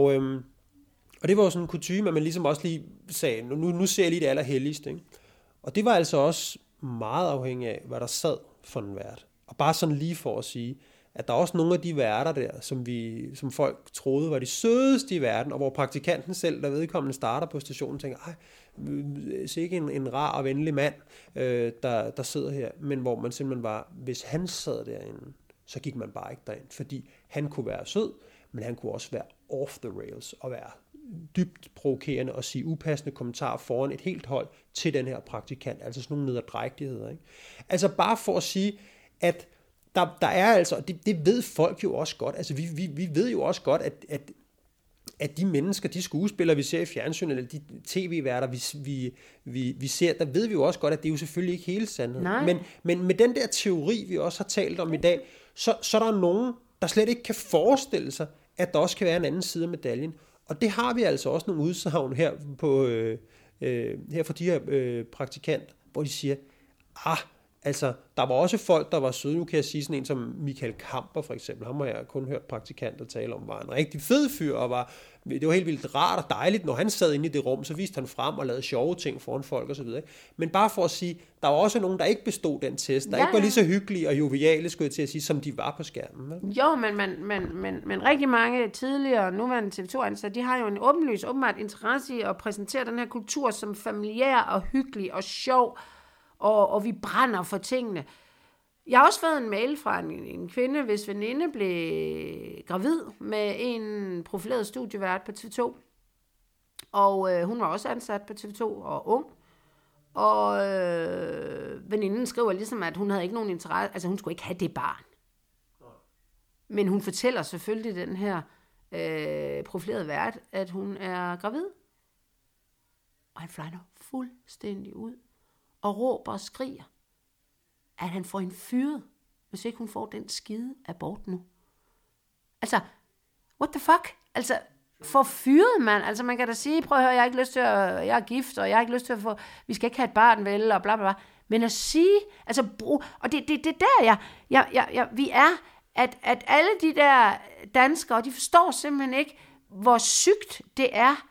Speaker 1: Og det var jo sådan en kutyme, at man ligesom også lige sagde, nu ser jeg lige det allerhelligste, ikke? Og det var altså også meget afhængig af, hvad der sad for en vært. Og bare sådan lige for at sige, at der er også nogle af de værter der, som folk troede var de sødeste i verden, og hvor praktikanten selv, der vedkommende starter på stationen, tænker, se ikke en rar og venlig mand, der sidder her, men hvor man simpelthen var, hvis han sad derinde, så gik man bare ikke derind, fordi han kunne være sød, men han kunne også være off the rails og være dybt provokerende og sige upassende kommentarer foran et helt hold til den her praktikant, altså sådan nogle nederdrægtigheder, ikke? Altså bare for at sige, at der er altså, det ved folk jo også godt, altså vi ved jo også godt, at de mennesker, de skuespillere, vi ser i fjernsynet, eller de tv-værter, vi ser, der ved vi jo også godt, at det er jo selvfølgelig ikke hele sandheden. Men med den der teori, vi også har talt om i dag, så er der nogen, der slet ikke kan forestille sig, at der også kan være en anden side af medaljen. Og det har vi altså også nogle udsagn her her for de her praktikanter, hvor de siger, altså, der var også folk, der var søde. Nu kan jeg sige sådan en som Michael Kamper for eksempel. Ham har jeg kun hørt praktikanter tale om, var en rigtig fed fyr, og det var helt vildt rart og dejligt, når han sad inde i det rum, så viste han frem og lavede sjove ting foran folk og så videre. Men bare for at sige, der var også nogen, der ikke bestod den test, der ikke var lige så hyggelige og joviale, skulle jeg til at sige, som de var på skærmen. Ikke?
Speaker 2: Jo, men rigtig mange tidligere nuværende TV2-ansatte, de har jo en åbenbart interesse i at præsentere den her kultur som familiær og hyggelig og sjov, og vi brænder for tingene. Jeg har også fået en mail fra en kvinde, hvis veninde blev gravid med en profileret studievært på TV2. Og hun var også ansat på TV2 og ung. Og veninden skriver ligesom, at hun havde ikke nogen interesse, altså hun skulle ikke have det barn. Men hun fortæller selvfølgelig den her profilerede vært, at hun er gravid. Og han flyner fuldstændig ud og råber og skriger, at han får hende fyret, hvis ikke hun får den skide abort nu. Altså, what the fuck? Altså, for fyret, mand. Altså, man kan da sige, prøv at høre, jeg har ikke lyst til jeg er gift, og jeg har ikke lyst til at få, vi skal ikke have et barn, vel, og bla bla bla. Men at sige, altså, og det der, vi er, at alle de der danskere, de forstår simpelthen ikke, hvor sygt det er,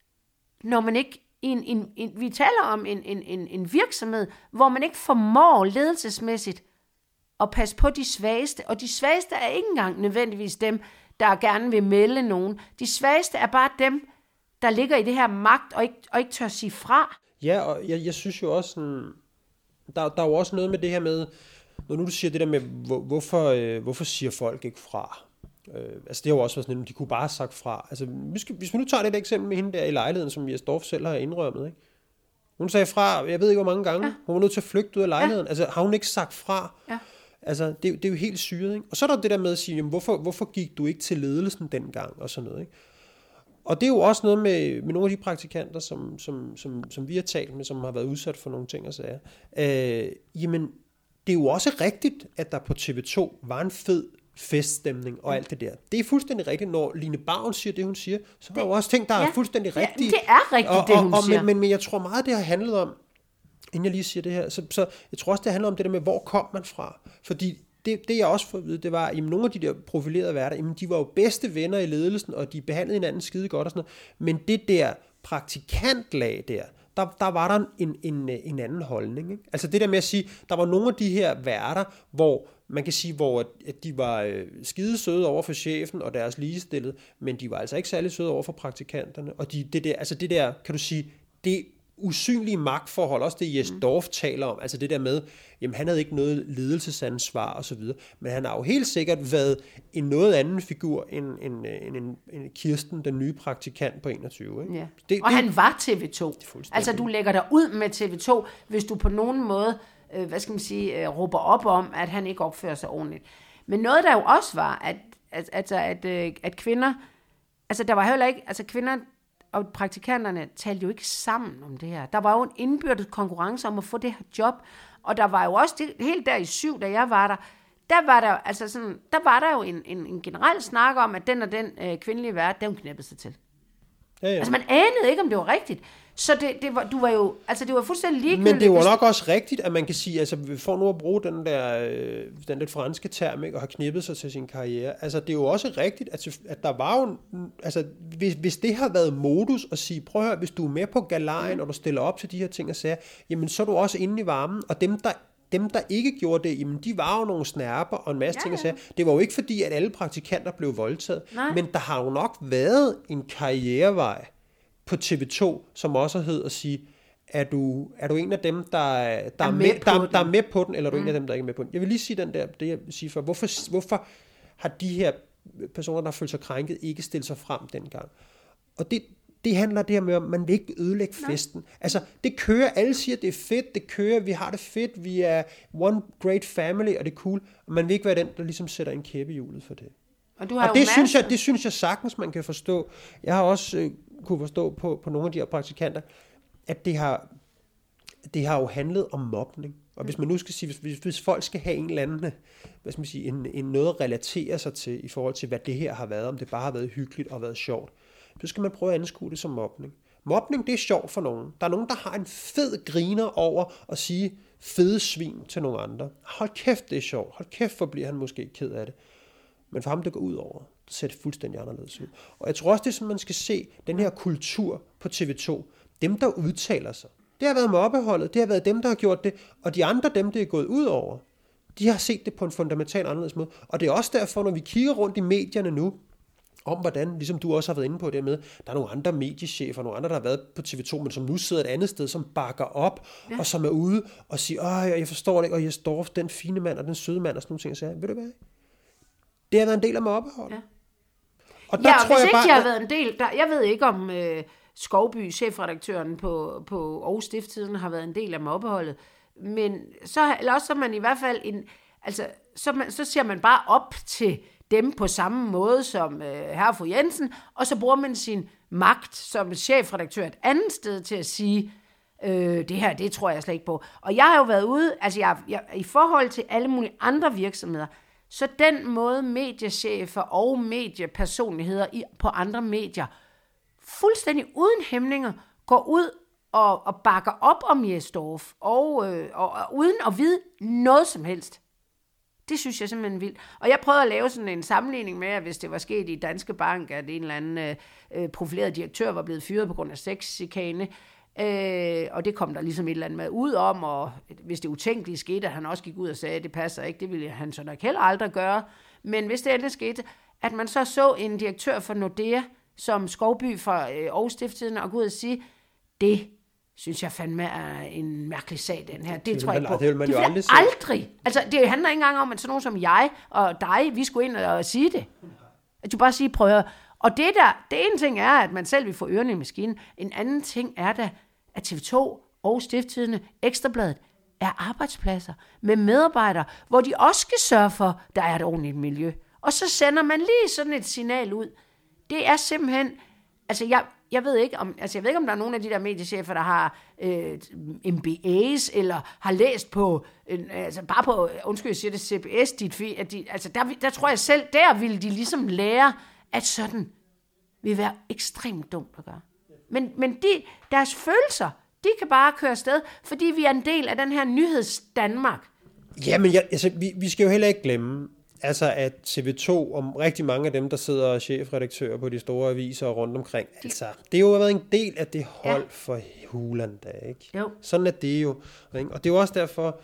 Speaker 2: når man ikke vi taler om en virksomhed, hvor man ikke formår ledelsesmæssigt at passe på de svageste, og de svageste er ikke engang nødvendigvis dem, der gerne vil melde nogen. De svageste er bare dem, der ligger i det her magt, og ikke tør sige fra.
Speaker 1: Ja, og jeg synes jo også, sådan, der er jo også noget med det her med, når nu du siger det der med, hvorfor siger folk ikke fra? Altså det har jo også været sådan, at de kunne bare have sagt fra. Altså hvis vi nu tager det et eksempel med hende der i lejligheden, som Jes Dorph selv har indrømmet, ikke? Hun sagde fra, jeg ved ikke hvor mange gange. Ja. Hun var nødt til at flygte ud af lejligheden. Ja. Altså har hun ikke sagt fra? Ja. Altså det er jo helt syret, ikke? Og så er der det der med at sige, jamen, hvorfor gik du ikke til ledelsen dengang og sådan noget, ikke? Og det er jo også noget med nogle af de praktikanter, som vi har talt med, som har været udsat for nogle ting og sager. Jamen det er jo også rigtigt, at der på TV2 var en fed feststemning og alt det der. Det er fuldstændig rigtigt, når Line Bavn siger det, hun siger, så har jeg jo også tænkt, der er fuldstændig rigtigt.
Speaker 2: Det er rigtigt, det hun siger.
Speaker 1: Men jeg tror meget, det har handlet om, inden jeg lige siger det her, så jeg tror også, det handler om det der med, hvor kom man fra? Fordi det jeg også får at vide, det var, at nogle af de der profilerede værter, jamen, de var jo bedste venner i ledelsen, og de behandlede hinanden skide godt og sådan noget. Men det der praktikantlag der var der en anden holdning. Ikke? Altså det der med at sige, der var nogle af de her værter, hvor man kan sige, hvor at de var skide søde over for chefen og deres ligestillede, men de var altså ikke særlig søde over for praktikanterne. Og det der, kan du sige, det usynlige magtforhold, også det Jes Dorph taler om, altså det der med, jamen han havde ikke noget ledelsesansvar og så videre, men han har jo helt sikkert været en noget anden figur end Kirsten, den nye praktikant på 21. Ikke?
Speaker 2: Ja. Han var TV2. Altså du lægger dig ud med TV2, hvis du på nogen måde, råber op om, at han ikke opfører sig ordentligt. Men noget der jo også var, at kvinder, altså der var heller ikke, altså kvinder, og praktikanterne talte jo ikke sammen om det her. Der var jo en indbyrdes konkurrence om at få det her job, og der var jo også det, helt der i 7, da jeg var der var der jo en generel snak om, at den og den kvindelige vært, den knippede sig til. Ja. Altså man anede ikke, om det var rigtigt. Så det var fuldstændig ligegyldigt.
Speaker 1: Men det var nok også rigtigt, at man kan sige, altså for nu at bruge den lidt franske term, ikke, og have knippet sig til sin karriere. Altså det er jo også rigtigt, at der var jo, altså hvis det har været modus at sige, prøv at høre, hvis du er med på galejen, og du stiller op til de her ting og sager, jamen så er du også inde i varmen, og dem, der ikke gjorde det, jamen, de var jo nogle snærper og en masse ting og sager. Det var jo ikke fordi, at alle praktikanter blev voldtaget, men der har jo nok været en karrierevej på TV2, som også hed at sige, er du en af dem, der er med på den, eller er du en af dem, der ikke er med på den? Jeg vil lige sige det jeg vil sige før. Hvorfor har de her personer, der føler sig krænket, ikke stillet sig frem dengang? Og det handler det her med, at man vil ikke ødelægge festen. Altså, det kører, alle siger, det er fedt, det kører, vi har det fedt, vi er one great family, og det er cool. Og man vil ikke være den, der ligesom sætter en kæppe i hjulet for det. Og det synes jeg sagtens, man kan forstå. Jeg har også kunne forstå på nogle af de her praktikanter, at det har jo handlet om mobning. Og hvis man nu skal sige, hvis folk skal have en eller anden, hvad skal man sige, noget at relatere sig til, i forhold til, hvad det her har været, om det bare har været hyggeligt og været sjovt, så skal man prøve at anskue det som mobning. Mobning, det er sjovt for nogen. Der er nogen, der har en fed griner over at sige fede svin til nogle andre. Hold kæft, det er sjovt. Hold kæft, for bliver han måske ked af det. Men for ham, det går ud over, det ser det fuldstændig anderledes ud. Og jeg tror også, det er sådan, man skal se den her kultur på TV2. Dem, der udtaler sig. Det har været mobbeholdet, det har været dem, der har gjort det, og de andre, dem, det er gået ud over, de har set det på en fundamentalt anderledes måde. Og det er også derfor, når vi kigger rundt i medierne nu, om hvordan, ligesom du også har været inde på det med, der er nogle andre mediechefer, nogle andre, der har været på TV2, men som nu sidder et andet sted, som bakker op, og som er ude og siger, jeg forstår det ikke, og Jes Dorph, den fine mand og den søde mand, og sådan nogle ting, og siger, ved du hvad? Det har været en del af mobbeholdet. Ja.
Speaker 2: Og der tror jeg bare, de har været en del, jeg ved ikke om Skovby, chefredaktøren på Aarhus Stiftstidende, har været en del af mobbeholdet, men så er man i hvert fald så ser man bare op til dem på samme måde som herre og fru Jensen, og så bruger man sin magt som chefredaktør et andet sted til at sige, det her, det tror jeg slet ikke på. Og jeg har jo været ude, altså jeg i forhold til alle mulige andre virksomheder, så den måde mediechefer og mediepersonligheder på andre medier, fuldstændig uden hæmninger, går ud og bakker op om Jes Dorph, og uden at vide noget som helst. Det synes jeg simpelthen vildt. Og jeg prøvede at lave sådan en sammenligning med, at hvis det var sket i Danske Bank, at en eller anden profileret direktør var blevet fyret på grund af sexchikane, og det kom der ligesom et eller andet med ud om, og hvis det utænkelige skete, at han også gik ud og sagde, at det passer ikke, det ville han så nok heller aldrig gøre. Men hvis det endelig skete, at man så en direktør for Nordea, som Skovby fra Aarhus Stiftstidende, og gå ud og sige, det synes jeg fandme er en mærkelig sag, den her. Det tror jeg ikke på.
Speaker 1: Det vil man jo
Speaker 2: aldrig. Altså, det handler ikke engang om, at sådan nogen som jeg og dig, vi skulle ind og sige det. At du bare siger, prøv at høre. Og det ene ting er, at man selv vil få ørerne i maskinen. En anden ting er da, at TV2 og Stiftstidende, Ekstrabladet, er arbejdspladser med medarbejdere, hvor de også skal sørge for, at der er et ordentligt miljø. Og så sender man lige sådan et signal ud. Det er simpelthen, altså jeg ved ikke om der er nogen af de der mediechefer, der har MBA's, eller har læst på, bare på, undskyld, jeg siger det, CBS, der tror jeg selv, der ville de ligesom lære, at sådan vil være ekstremt dumt at gøre. Men deres følelser, de kan bare køre afsted, fordi vi er en del af den her nyheds-Danmark.
Speaker 1: Jamen, vi skal jo heller ikke glemme, altså at TV2, om rigtig mange af dem, der sidder chefredaktører på de store aviser og rundt omkring, altså, det har jo været en del af det hold for hulen da, ikke?
Speaker 2: Jo.
Speaker 1: Sådan er det jo. Ikke? Og det er jo også derfor,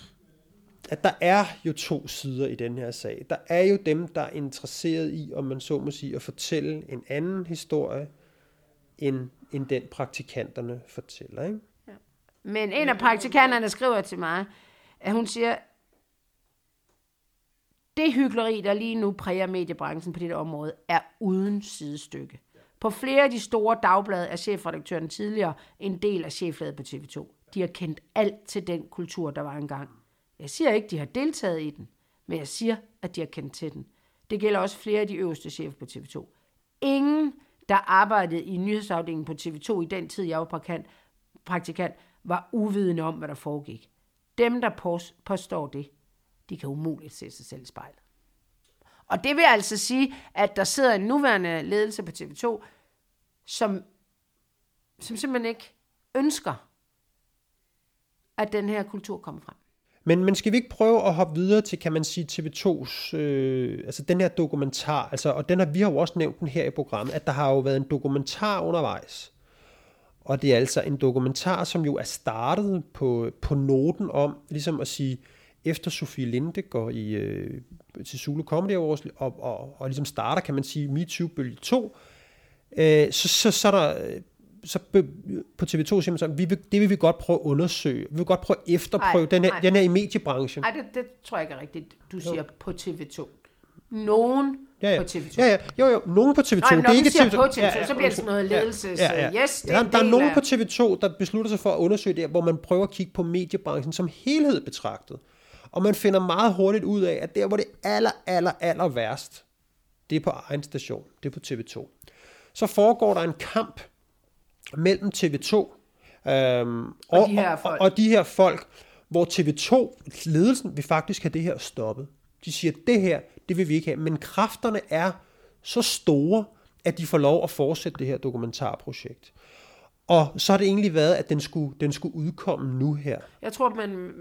Speaker 1: at der er jo to sider i den her sag. Der er jo dem, der er interesseret i, om man så må sige, at fortælle en anden historie, end den praktikanterne fortæller, ikke?
Speaker 2: Ja. Men en af praktikanterne skriver til mig, at hun siger, det hykleri, der lige nu præger mediebranchen på dette område, er uden sidestykke. På flere af de store dagblade er chefredaktøren tidligere en del af cheflaget på TV2. De har kendt alt til den kultur, der var engang. Jeg siger ikke, de har deltaget i den, men jeg siger, at de har kendt til den. Det gælder også flere af de øverste chefer på TV2. Ingen der arbejdede i nyhedsafdelingen på TV2 i den tid, jeg var praktikant, var uvidende om, hvad der foregik. Dem, der påstår det, de kan umuligt se sig selv i spejlet. Og det vil altså sige, at der sidder en nuværende ledelse på TV2, som simpelthen ikke ønsker, at den her kultur kommer frem.
Speaker 1: Men skal vi ikke prøve at hoppe videre til, kan man sige, TV2's, altså den her dokumentar, altså, og vi har jo også nævnt den her i programmet, at der har jo været en dokumentar undervejs. Og det er altså en dokumentar, som jo er startet på noten om, ligesom at sige, efter Sofie Linde går til Zulu Comedy Awards, og ligesom starter, kan man sige, MeToo-bølge 2, så er der... Så på TV2 siger man så, det vil vi godt prøve at undersøge. Vi vil godt prøve at efterprøve den her i mediebranchen.
Speaker 2: Nej, det tror jeg ikke er rigtigt, du siger på TV2. Nogen på TV2.
Speaker 1: Jo, nogen på TV2.
Speaker 2: Nej,
Speaker 1: det er ikke
Speaker 2: TV2 på TV2, så bliver det sådan noget ledelses... Yes,
Speaker 1: der er nogen på TV2, der beslutter sig for at undersøge det, hvor man prøver at kigge på mediebranchen som helhed betragtet. Og man finder meget hurtigt ud af, at der, hvor det aller værst, det er på egen station. Det er på TV2. Så foregår der en kamp mellem TV2 og de her folk, hvor TV2-ledelsen vil faktisk have det her stoppet. De siger, at det her, det vil vi ikke have. Men kræfterne er så store, at de får lov at fortsætte det her dokumentarprojekt. Og så har det egentlig været, at den skulle udkomme nu her.
Speaker 2: Jeg tror,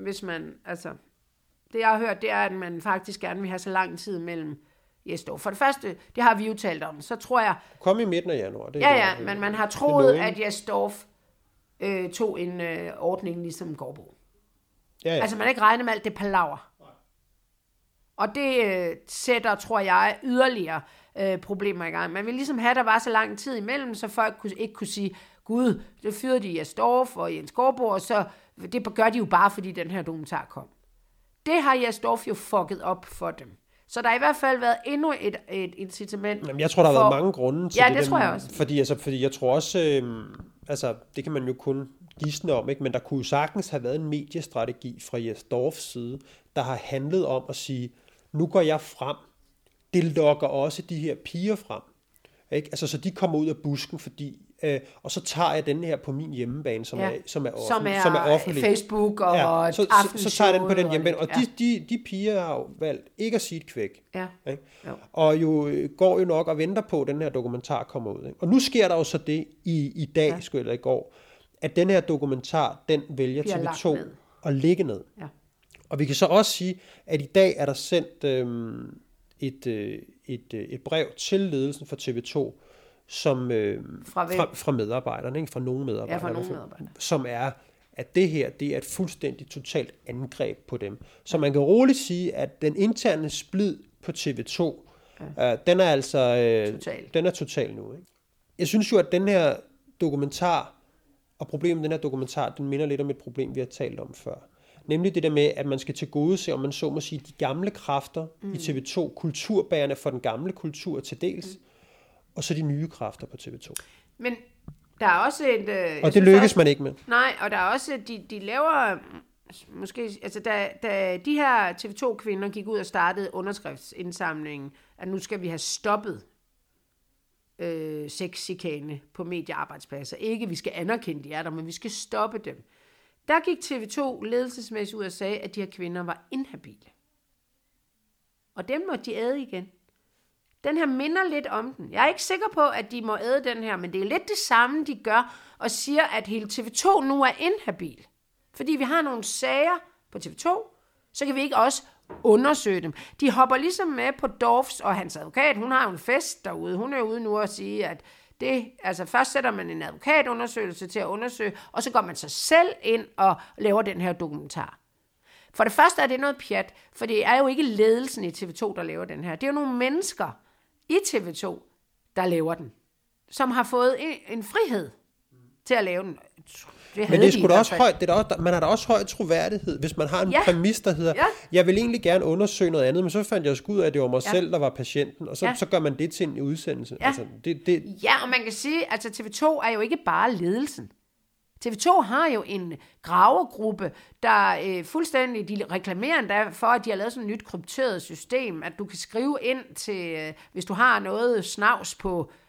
Speaker 2: det jeg har hørt, det er, at man faktisk gerne vil have så lang tid mellem Jesdorf. For det første, det har vi jo talt om, så tror jeg...
Speaker 1: Kom i midten af januar.
Speaker 2: Men man har troet, at Jesdorf tog en ordning ligesom Gårdbo. Ja. Altså man ikke regnet med alt det palaver. Og det sætter, tror jeg, yderligere problemer i gang. Man vil ligesom have, der var så lang tid imellem, så folk ikke kunne sige, gud, det fyrede de Jesdorf og Jens Gårdbo, og så det gør de jo bare, fordi den her dokumentar kom. Det har Jesdorf jo fucket op for dem. Så der har i hvert fald været endnu et incitament.
Speaker 1: Jamen, jeg tror, der har været mange grunde til det.
Speaker 2: Ja, det tror jeg også.
Speaker 1: Fordi jeg tror også, det kan man jo kun gisne om, ikke? Men der kunne jo sagtens have været en mediestrategi fra Jesdorfs side, der har handlet om at sige, nu går jeg frem. Det lokker også de her piger frem. Ikke? Altså, så de kommer ud af busken, fordi og så tager jeg den her på min hjemmebane, som er offentlig.
Speaker 2: Facebook og
Speaker 1: så tager jeg den på den hjemmebane. Og de piger har jo valgt ikke at sige et kvæk. Ja. Ikke? Og går jo nok og venter på, at den her dokumentar kommer ud. Ikke? Og nu sker der jo så det i dag, eller i går, at den her dokumentar, den vælger TV2 at lægge ned. Ja. Og vi kan så også sige, at i dag er der sendt et brev til ledelsen for TV2, som fra medarbejderne, ikke? Fra nogle medarbejdere, som er, at det her, det er et fuldstændigt totalt angreb på dem. Så man kan roligt sige, at den interne splid på TV2, den er altså den er total nu. Ikke? Jeg synes jo, at den her dokumentar, og problemet med den her dokumentar, den minder lidt om et problem, vi har talt om før. Nemlig det der med, at man skal tilgodese, om man så må sige, de gamle kræfter i TV2, kulturbærerne for den gamle kultur til dels, og så de nye kræfter på TV2.
Speaker 2: Men der er også et...
Speaker 1: og det lykkes man ikke med.
Speaker 2: Nej, og der er også... De laver... Måske... Altså, da de her TV2-kvinder gik ud og startede underskriftsindsamlingen, at nu skal vi have stoppet sexchikane på mediearbejdspladser. Ikke, vi skal anerkende, de er der, men vi skal stoppe dem. Der gik TV2 ledelsesmæssigt ud og sagde, at de her kvinder var inhabile. Og dem må de æde igen. Den her minder lidt om den. Jeg er ikke sikker på, at de må æde den her, men det er lidt det samme, de gør, og siger, at hele TV2 nu er inhabil. Fordi vi har nogle sager på TV2, så kan vi ikke også undersøge dem. De hopper ligesom med på Dorfs og hans advokat. Hun har jo en fest derude. Hun er ude nu og sige, at først sætter man en advokatundersøgelse til at undersøge, og så går man sig selv ind og laver den her dokumentar. For det første er det noget pjat, for det er jo ikke ledelsen i TV2, der laver den her. Det er jo nogle mennesker i TV2, der laver den, som har fået en frihed til at lave den.
Speaker 1: Men det er sgu da også højt, man har da også høj troværdighed, hvis man har en præmis, der hedder, jeg vil egentlig gerne undersøge noget andet, men så fandt jeg sgu ud af, at det var mig selv, der var patienten, og så gør man det til en udsendelse.
Speaker 2: Ja.
Speaker 1: Altså,
Speaker 2: Ja, og man kan sige, at altså, TV2 er jo ikke bare ledelsen. TV2 har jo en gravergruppe, der fuldstændig, de reklamerer endda for, at de har lavet sådan et nyt krypteret system, at du kan skrive ind til, hvis du har noget snavs på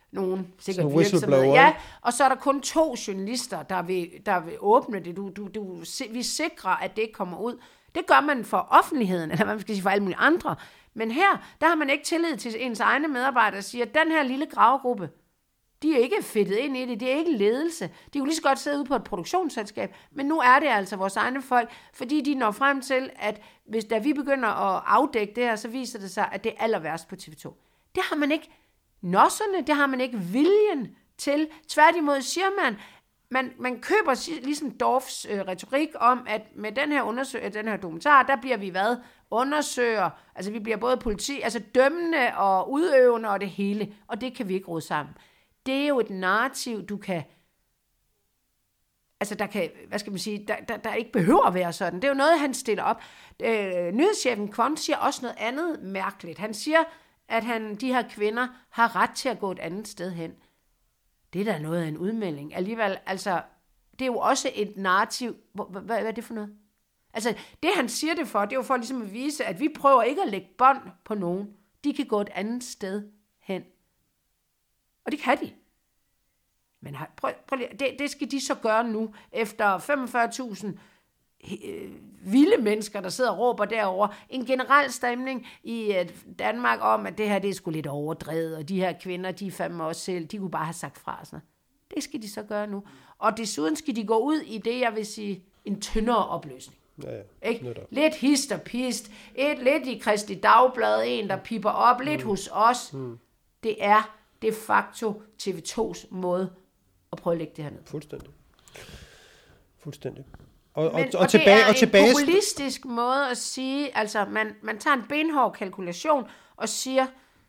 Speaker 2: nogen, sikkert virksomheder. Ja, og så er der kun 2 journalister, der vil åbne det. Vi sikrer, at det ikke kommer ud. Det gør man for offentligheden, eller hvad man skal sige for alle mulige andre. Men her, der har man ikke tillid til ens egne medarbejdere, der siger, at den her lille gravegruppe, de er ikke fedtet ind i det, det er ikke ledelse. De kunne lige så godt sidde ude på et produktionsselskab, men nu er det altså vores egne folk, fordi de når frem til, at da vi begynder at afdække det her, så viser det sig, at det er aller værst på TV2. Det har man ikke nosserne, det har man ikke viljen til. Tværtimod siger man køber ligesom Dorfs retorik om, at med den her dokumentar, der bliver vi undersøger, altså vi bliver både politi, altså dømmende og udøvende og det hele, og det kan vi ikke råde sammen. Det er jo et narrativ, du kan, altså der kan, hvad skal man sige, der ikke behøver at være sådan. Det er jo noget, han stiller op. Nyhedschefen Kvont siger også noget andet mærkeligt. Han siger, at de her kvinder har ret til at gå et andet sted hen. Det er da noget af en udmelding. Alligevel, altså, det er jo også et narrativ. Hvad er det for noget? Altså, det han siger det for, det er jo for ligesom at vise, at vi prøver ikke at lægge bånd på nogen. De kan gå et andet sted hen. Og det kan de. Men prøv lige, det skal de så gøre nu, efter 45.000 vilde mennesker, der sidder og råber derover. En generel stemning i Danmark om, at det her, det er sgu lidt overdrevet, og de her kvinder, de er fandme også selv, de kunne bare have sagt fra. Sådan. Det skal de så gøre nu. Og desuden skal de gå ud i det, jeg vil sige, en tyndere opløsning. Ja. Lidt hist og pist, lidt i Kristi Dagblad, en der piper op, lidt hos os. Det er de facto TV2's måde at prøve at lægge det her ned.
Speaker 1: Fuldstændig.
Speaker 2: Og tilbage, det er en populistisk måde at sige, altså man tager en benhård kalkulation og siger,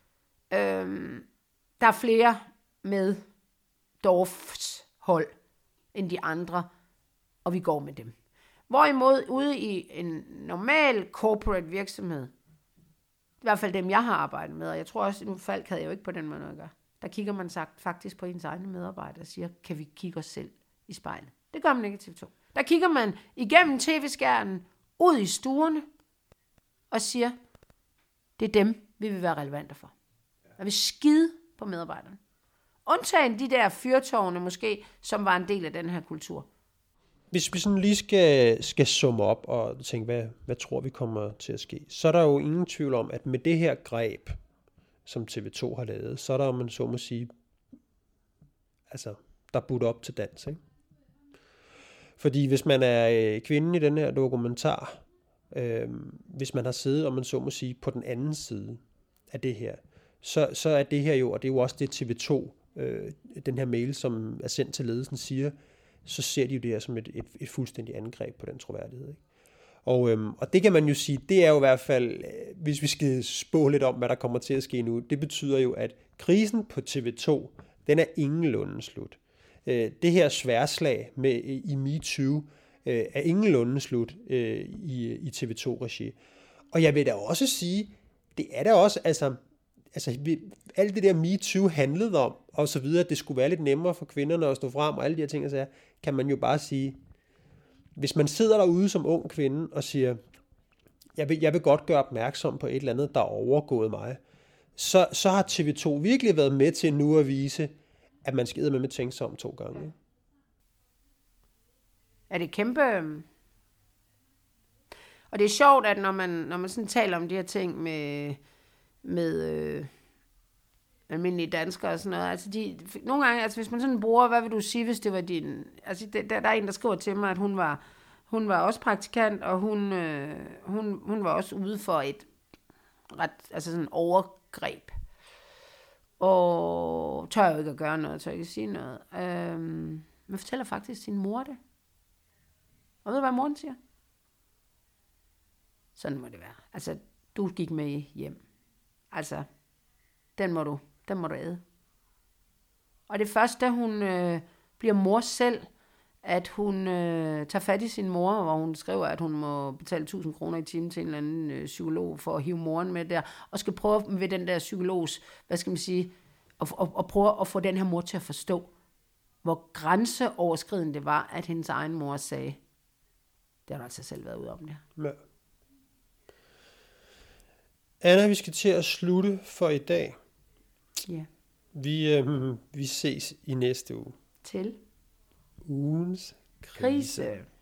Speaker 2: der er flere med Dorfs hold end de andre, og vi går med dem. Hvorimod ude i en normal corporate virksomhed, i hvert fald dem jeg har arbejdet med, og jeg tror også, nu Falk havde jeg jo ikke på den måde at gøre, der kigger man faktisk på ens egne medarbejdere og siger, kan vi kigge os selv i spejlet? Det gør man ikke i TV2. Der kigger man igennem tv-skærmen ud i stuerne og siger, det er dem, vi vil være relevante for. Og vi skide på medarbejderne. Undtagen de der fyrtårne måske, som var en del af den her kultur.
Speaker 1: Hvis vi sådan lige skal summe op og tænke, hvad tror vi kommer til at ske, så er der jo ingen tvivl om, at med det her greb, som TV2 har lavet, så er der jo, man så må sige, altså, der budt op til dans, ikke? Fordi hvis man er kvinden i den her dokumentar, hvis man har siddet, og man så må sige, på den anden side af det her, så er det her jo, og det er jo også det TV2, den her mail, som er sendt til ledelsen, siger, så ser de jo det her som et fuldstændigt angreb på den troværdighed, ikke? Og det kan man jo sige, det er jo i hvert fald, hvis vi skal spå lidt om, hvad der kommer til at ske nu, det betyder jo, at krisen på TV2, den er ingenlunde slut. Det her sværslag i MeToo er ingenlunde slut i TV2-regi. Og jeg vil da også sige, det er da også, altså alt det der MeToo handlede om, og så videre, at det skulle være lidt nemmere for kvinderne at stå frem, og alle de her ting, så kan man jo bare sige, hvis man sidder derude som ung kvinde og siger, jeg vil godt gøre opmærksom på et eller andet, der er overgået mig, så har TV2 virkelig været med til nu at vise, at man skal med tænke sig om 2 gange.
Speaker 2: Er det kæmpe... Og det er sjovt, at når man sådan taler om de her ting med almindelige danskere og sådan noget, altså nogle gange, altså hvis man sådan bruger, hvad vil du sige, hvis det var din... Altså der er en, der skriver til mig, at hun var også praktikant, og hun var også ude for et ret, altså sådan overgreb. Og tør jo ikke at gøre noget, tør ikke at sige noget. Man fortæller faktisk sin mor det. Og ved du, hvad moren siger? Sådan må det være. Altså, du gik med hjem. Altså, den må du æde. Og det første, da hun bliver mor selv, at hun tager fat i sin mor, hvor hun skriver, at hun må betale 1.000 kroner i timen til en eller anden psykolog for at hive moren med der, og skal prøve ved den der psykologs, hvad skal man sige, og prøve at få den her mor til at forstå, hvor grænseoverskridende det var, at hendes egen mor sagde, det har du altså selv været ude om det.
Speaker 1: Ja. Anna, vi skal til at slutte for i dag.
Speaker 2: Ja.
Speaker 1: Vi ses i næste uge.
Speaker 2: Til
Speaker 1: Ugens
Speaker 2: krise.